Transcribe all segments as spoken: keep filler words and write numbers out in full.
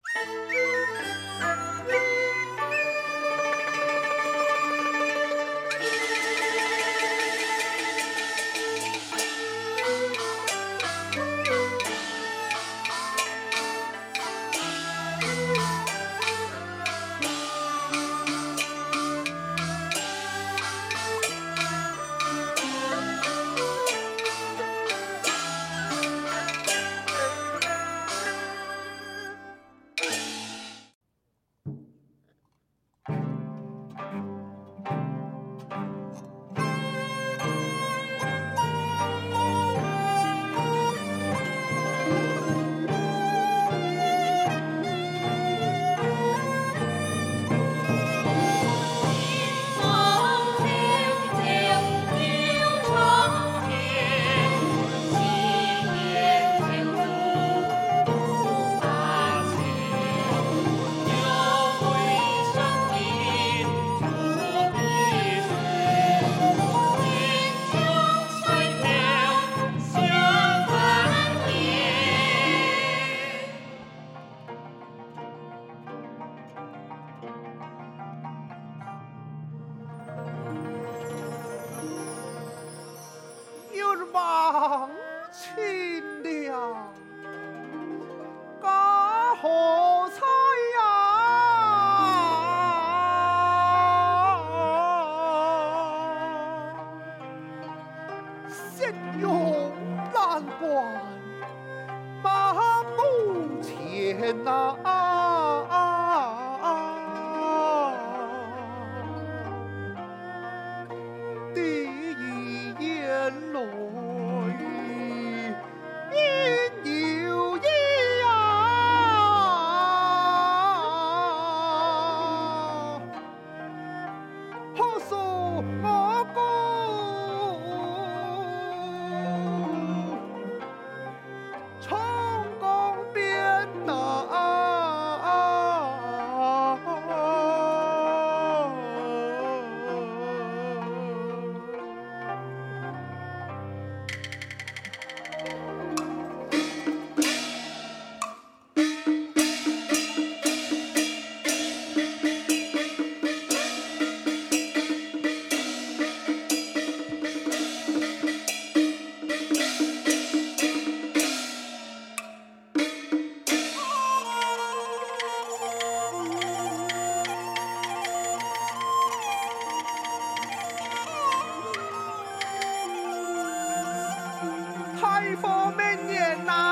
忘情了，家何在呀？心用难关，马不前呐。太佛明年呐，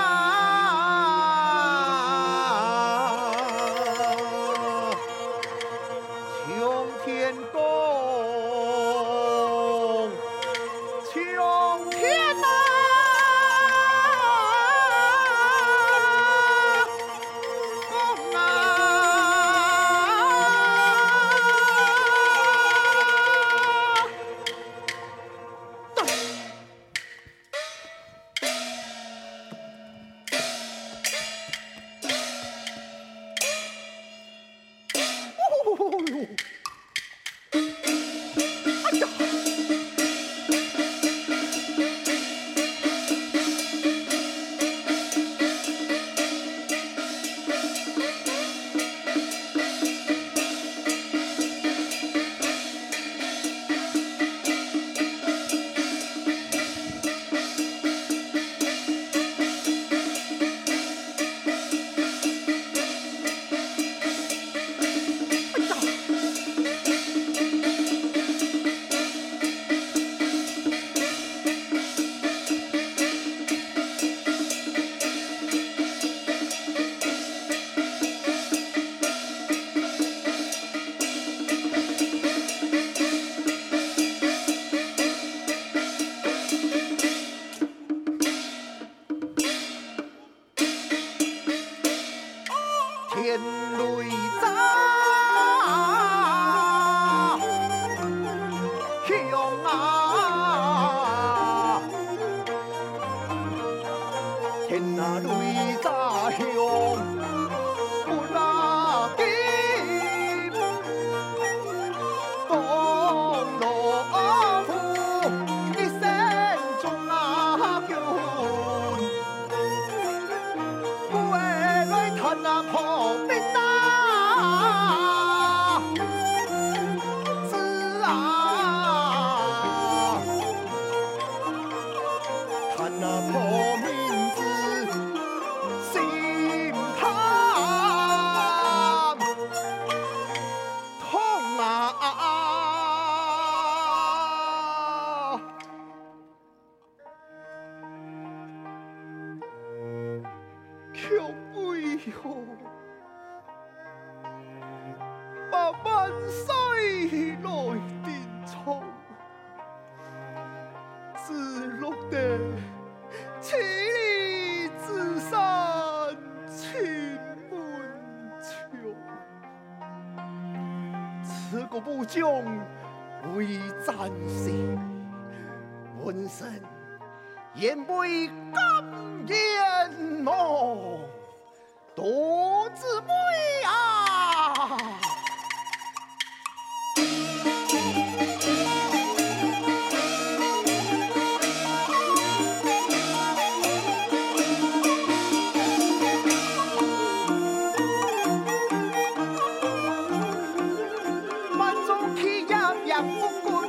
穷天宫，穷天呐，宫啊！天雷炸，响啊！天啊雷炸响，不那金风罗虎一声中啊叫，不为来叹那破。 兵啊，子啊，看那破名字心疼痛啊！可为何把万岁来定错，只落得妻离子散情门秋？此个不将为战士，闻声言为甘言么？多滋味啊！满中气呀，杨不滚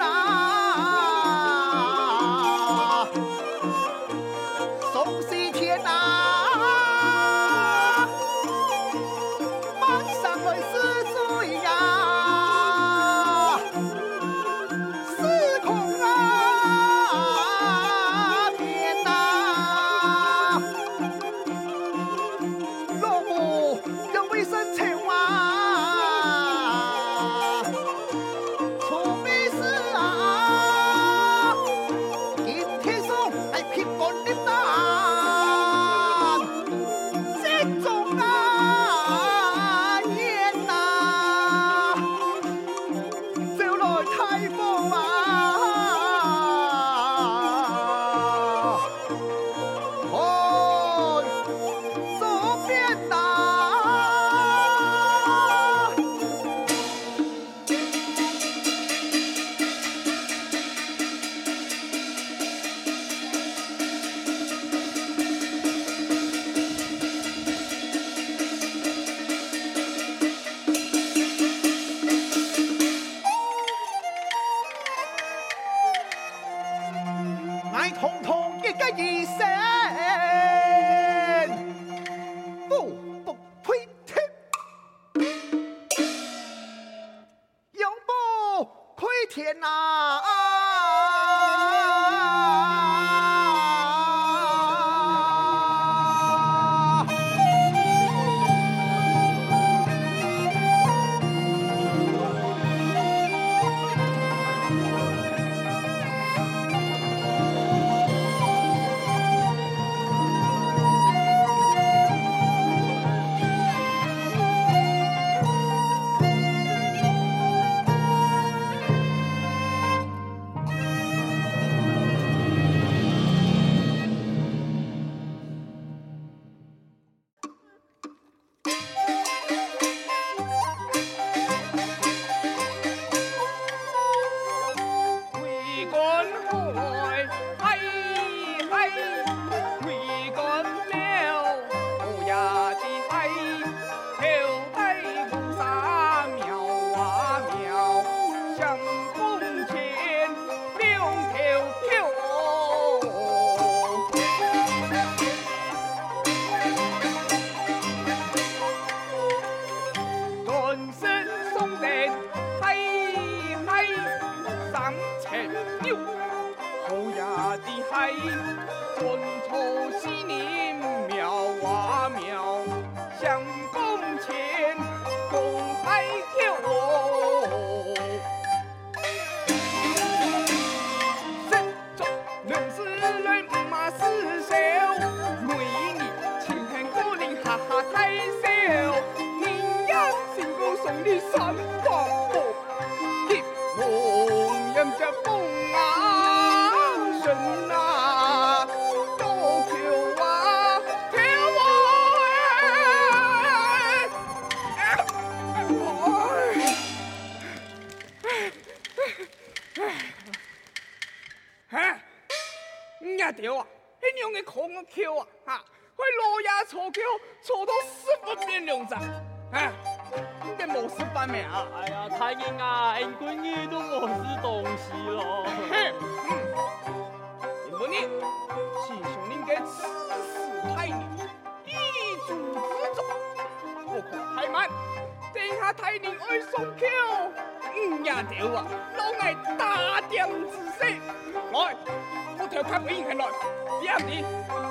啊！宋西天啊！统统一个一声，不不呸呸，永不亏天呐！ 错叫错到十分变两张，哎，你哋冇事办咩啊？ 哎呀，太人啊，因鬼你都冇是东西咯。 嗯，因为你是上恁嘅此事太人，一主之重，不可太慢。等下太人爱上口，唔也掉啊，老爱打点子势。来，我条卡俾人来，别你。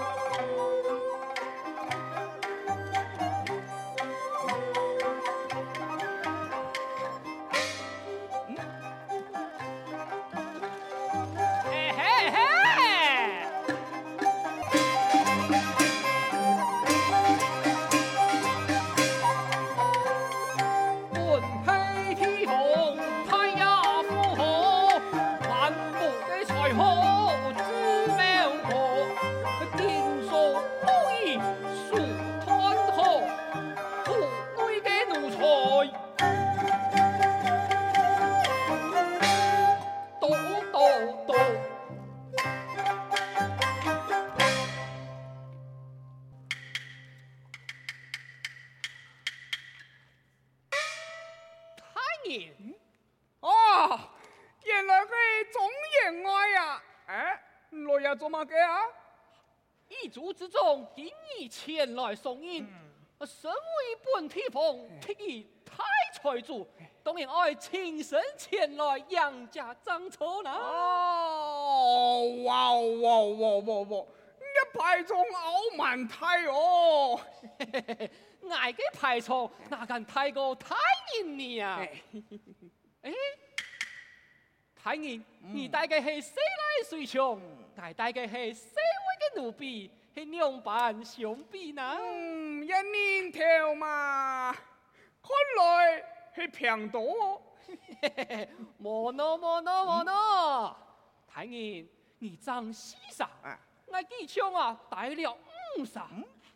哦，原来係中员外呀！哎，來呀做乜嘅啊？ 一族之中，今日前來送印，身為本地方，特以太財主，當然愛親身前來楊家爭錯啦。 哦，哇哇哇哇哇！一派中傲慢太哦， 挨嘅派錯，哪敢太過太人你啊？哎，太人，你帶嘅係西來水槍，我帶嘅係西灣嘅奴婢，係兩班相比呢？ 嗯，一年頭嘛，看來係平多哦。 冇喏冇喏冇喏，太人，你爭四十，我機槍啊帶了五十。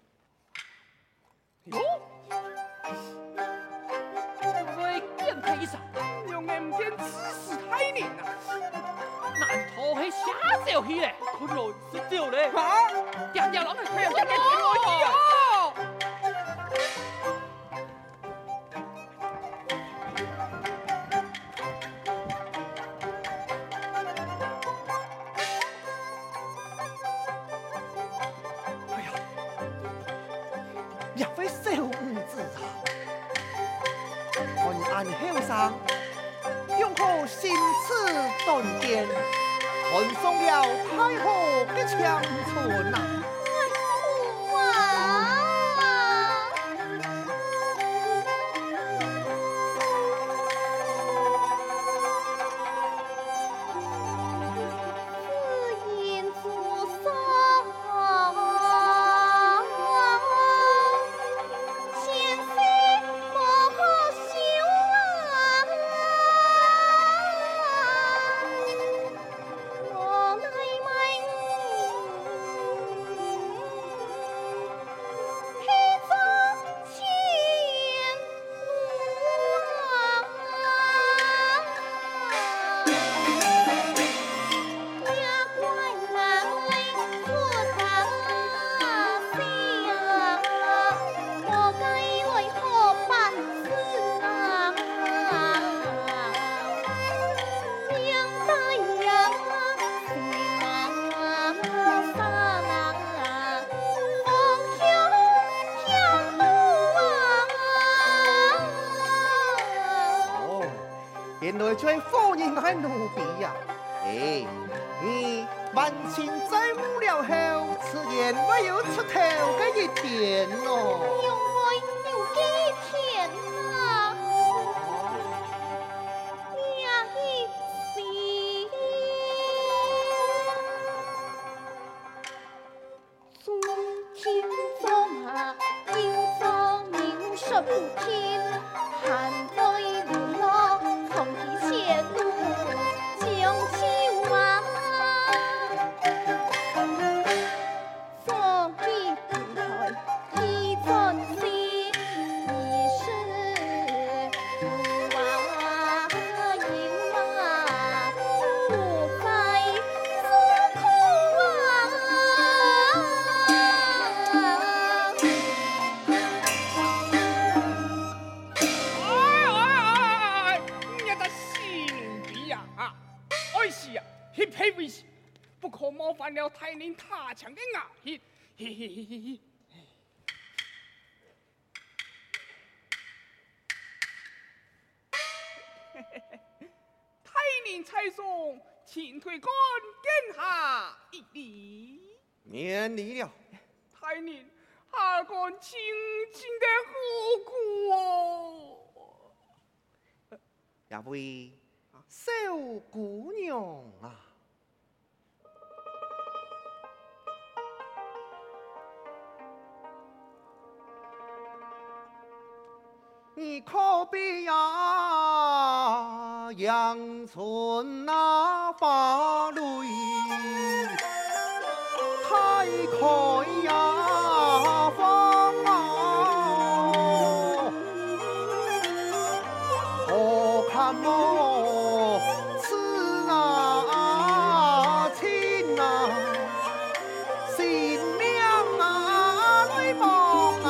喏，會見太十。 用嘅唔見知識太年啊！ 難道係下晝去咧？佢來是朝咧？ 嚇！ 人又諗係佢人一年我要。 哎呀，若非小五子啊，看安後生，用好心思斷電，看送了太后嘅長春啊！原來最夫人係奴婢呀！哎，你萬千債務了後，此言唯有出頭嘅一點咯。 因為有幾天啊，呀一時，昨天中啊，應中明說不聽，還在流浪。從其前路將秋啊，所以不來一陣時，已是無話言啊，不在此空啊。 犯了太宁他强的牙气，嘿嘿嘿嘿嘿。太宁才送前腿干见下一礼， 免礼了。 太宁下官轻轻的何故哦？ 也为小姑娘啊。你可比呀，阳春那花蕊，太开呀放啊，可看么此啊亲啊，新娘啊来望啊。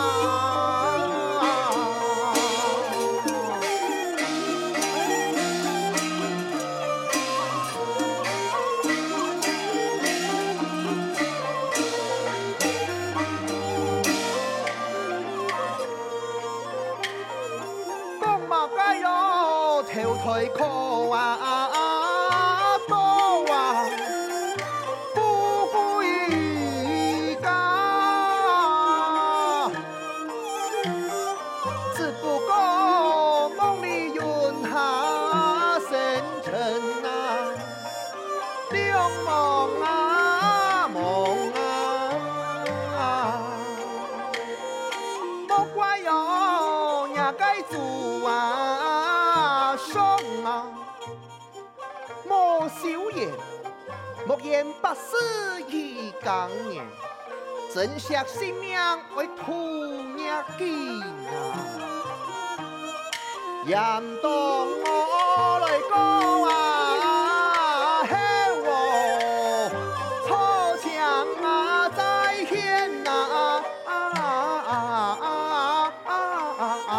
头抬可啊多啊，不归家，只不过梦里云下深沉啊，两梦啊梦啊，莫怪哟伢该做啊。莫笑言，莫言不思议港年，真惜性命为土伢见啊！严当我来讲啊，嘿我错枪啊在天啊！啊啊啊啊啊啊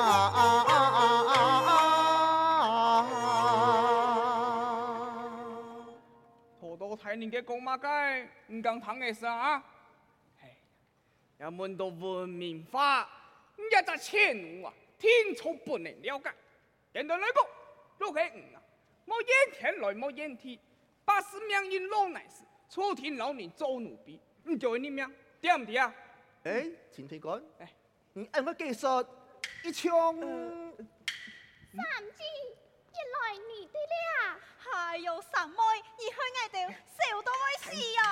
太宁嘅讲马街唔讲唐嘅啥？嘿，要问到文明法，一只前路啊，天初不能了解。现在来讲，都系唔啊，莫怨天来莫怨地，八十命运老难事，初天老年做奴婢，唔就你命，对唔对啊？ 哎，前腿干，哎，你按个技术一枪。呃、 三姐，原来你对了。 还有三妹，你去嗌到笑到我死啊！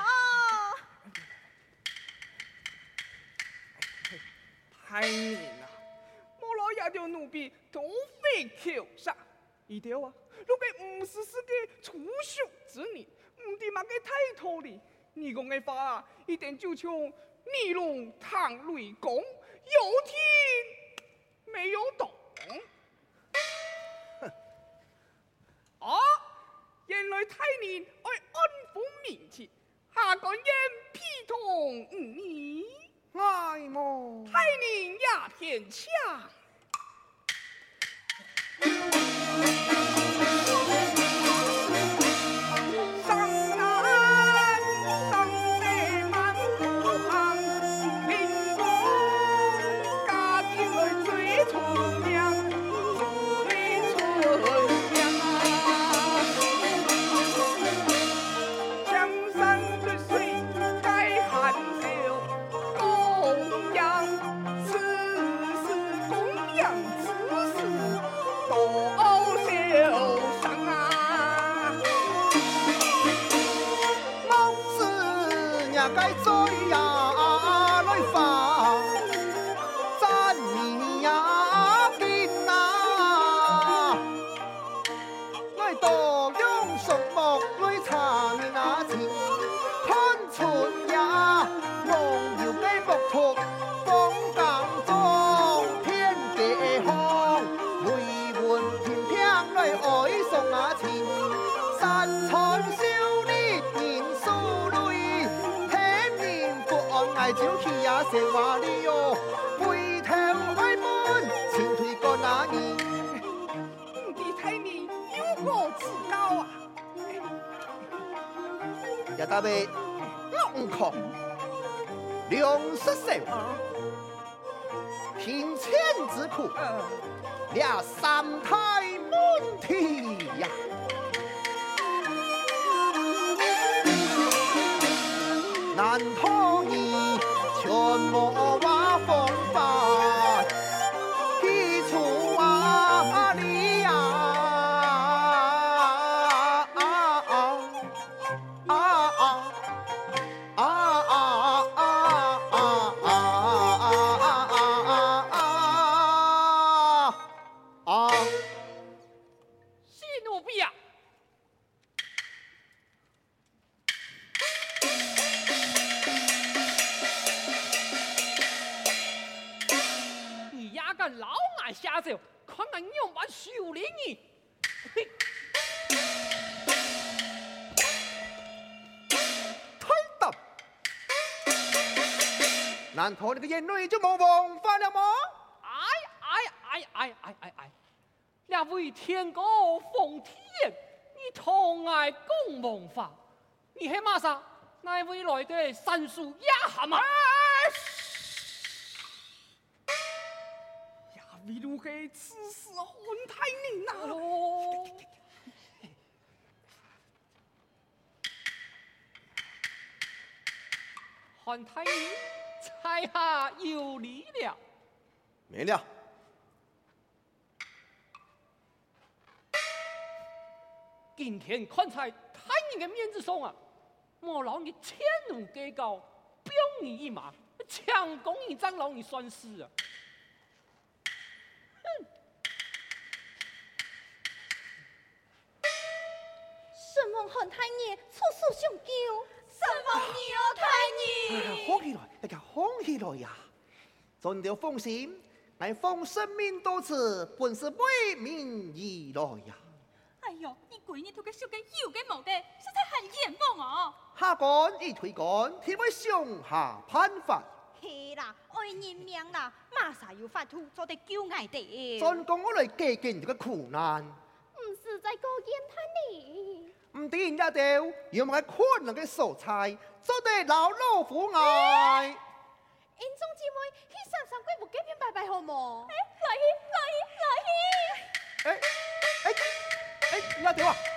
太年啦，莫老爷条奴婢都非口杀，一条啊，如果唔是是个粗俗之人，唔得嘛个太头哩。你讲嘅话啊，一定就像尼龙唐雷公，有听没有懂。啊！原来太年爱安抚民情，下官言批同五年， 爱么？ 太年也偏强。 该追呀来发，赞你呀见呐，来多用树木来查你那情，看春呀梦游嘅木图，风港中天嘅空，雷环偏偏来爱送那情，山川少年年数累。爱就去呀，成话哩哟，回头开门，前腿个那年， 唔知太年有何指教啊？ 呀，大伯， 悟空，梁实胜，平千之苦，俩三太满天呀！难逃你全莫话风帆，提出啊里呀！ 老眼下手，看俺用把修理你！ 太大！难道你个眼泪就冇王法了吗？ 哎哎哎哎哎哎哎！两位天高奉天，你同爱共王法，你系马啥？那位来的三叔呀蛤蟆？ 为如何此事换太宁啊？ 哦，换太宁，在下有理了。 没了。 今天看在太宁的面子上啊，我老你迁怒给告，表你一马，强攻一仗，老你算是啊。 神王汉太爷出手相救， 神王你哦太爷， 放起来，大家放起来呀！真要放心，俺放生命到此，本是为民而来呀。 哎呦，你闺女头个小个有个冇个，实在很严重哦。 下官已推官，天为上下判罚。 是啦，爱人命啦，马上有法度做得救爱的。 专讲我来解决这个苦难。 唔是在高见他你。 唔掂一掉，要买困难嘅素材，做得老老虎爱。 因中姊妹去三三鬼木街边拜拜好冇？ 来去来去来去。 哎哎哎，一掉啊！